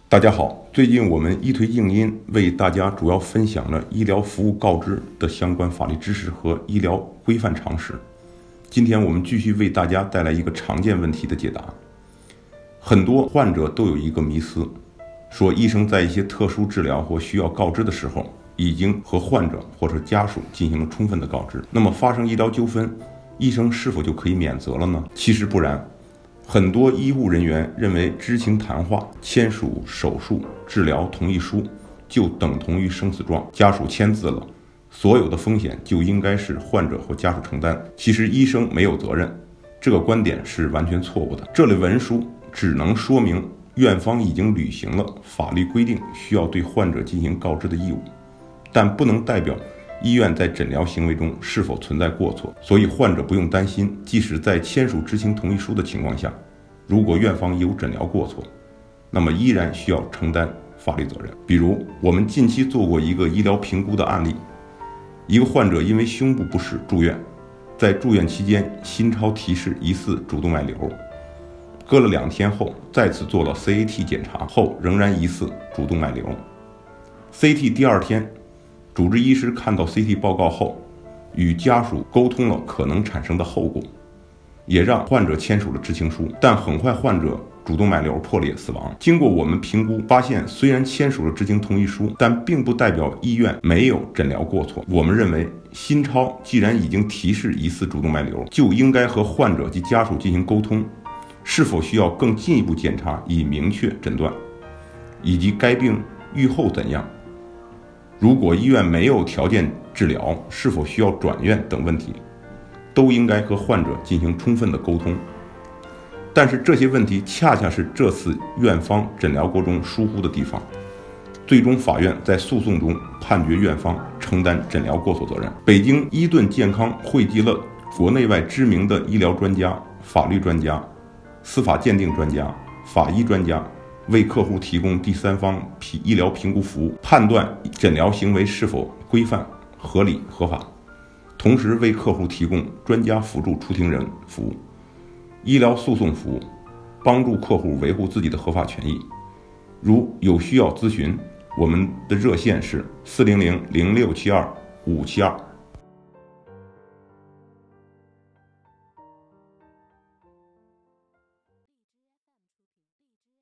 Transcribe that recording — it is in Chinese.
大家好，最近我们医推静音为大家主要分享了医疗服务告知的相关法律知识和医疗规范常识。今天我们继续为大家带来一个常见问题的解答。很多患者都有一个迷思，说医生在一些特殊治疗或需要告知的时候，已经和患者或者家属进行了充分的告知，那么发生医疗纠纷，医生是否就可以免责了呢？其实不然。很多医务人员认为知情谈话、签署手术治疗同意书就等同于生死状，家属签字了，所有的风险就应该是患者或家属承担。其实医生没有责任，这个观点是完全错误的。这类文书只能说明院方已经履行了法律规定需要对患者进行告知的义务，但不能代表医院在诊疗行为中是否存在过错，所以患者不用担心，即使在签署知情同意书的情况下，如果院方有诊疗过错，那么依然需要承担法律责任。比如我们近期做过一个医疗评估的案例，一个患者因为胸部不适住院，在住院期间心超提示疑似主动脉瘤，隔了2天后再次做了 CAT 检查后仍然疑似主动脉瘤。 CT 第2天主治医师看到 CT 报告后，与家属沟通了可能产生的后果，也让患者签署了知情书，但很快患者主动脉瘤破裂死亡。经过我们评估发现，虽然签署了知情同意书，但并不代表医院没有诊疗过错。我们认为，心超既然已经提示疑似主动脉瘤，就应该和患者及家属进行沟通，是否需要更进一步检查以明确诊断，以及该病愈后怎样。如果医院没有条件治疗，是否需要转院等问题，都应该和患者进行充分的沟通。但是这些问题恰恰是这次院方诊疗过程中疏忽的地方，最终法院在诉讼中判决院方承担诊疗过错责任。北京伊顿健康汇集了国内外知名的医疗专家、法律专家、司法鉴定专家、法医专家，为客户提供第三方医疗评估服务，判断诊疗行为是否规范、合理、合法，同时为客户提供专家辅助出庭人服务、医疗诉讼服务，帮助客户维护自己的合法权益。如有需要咨询，我们的热线是400-0672-572。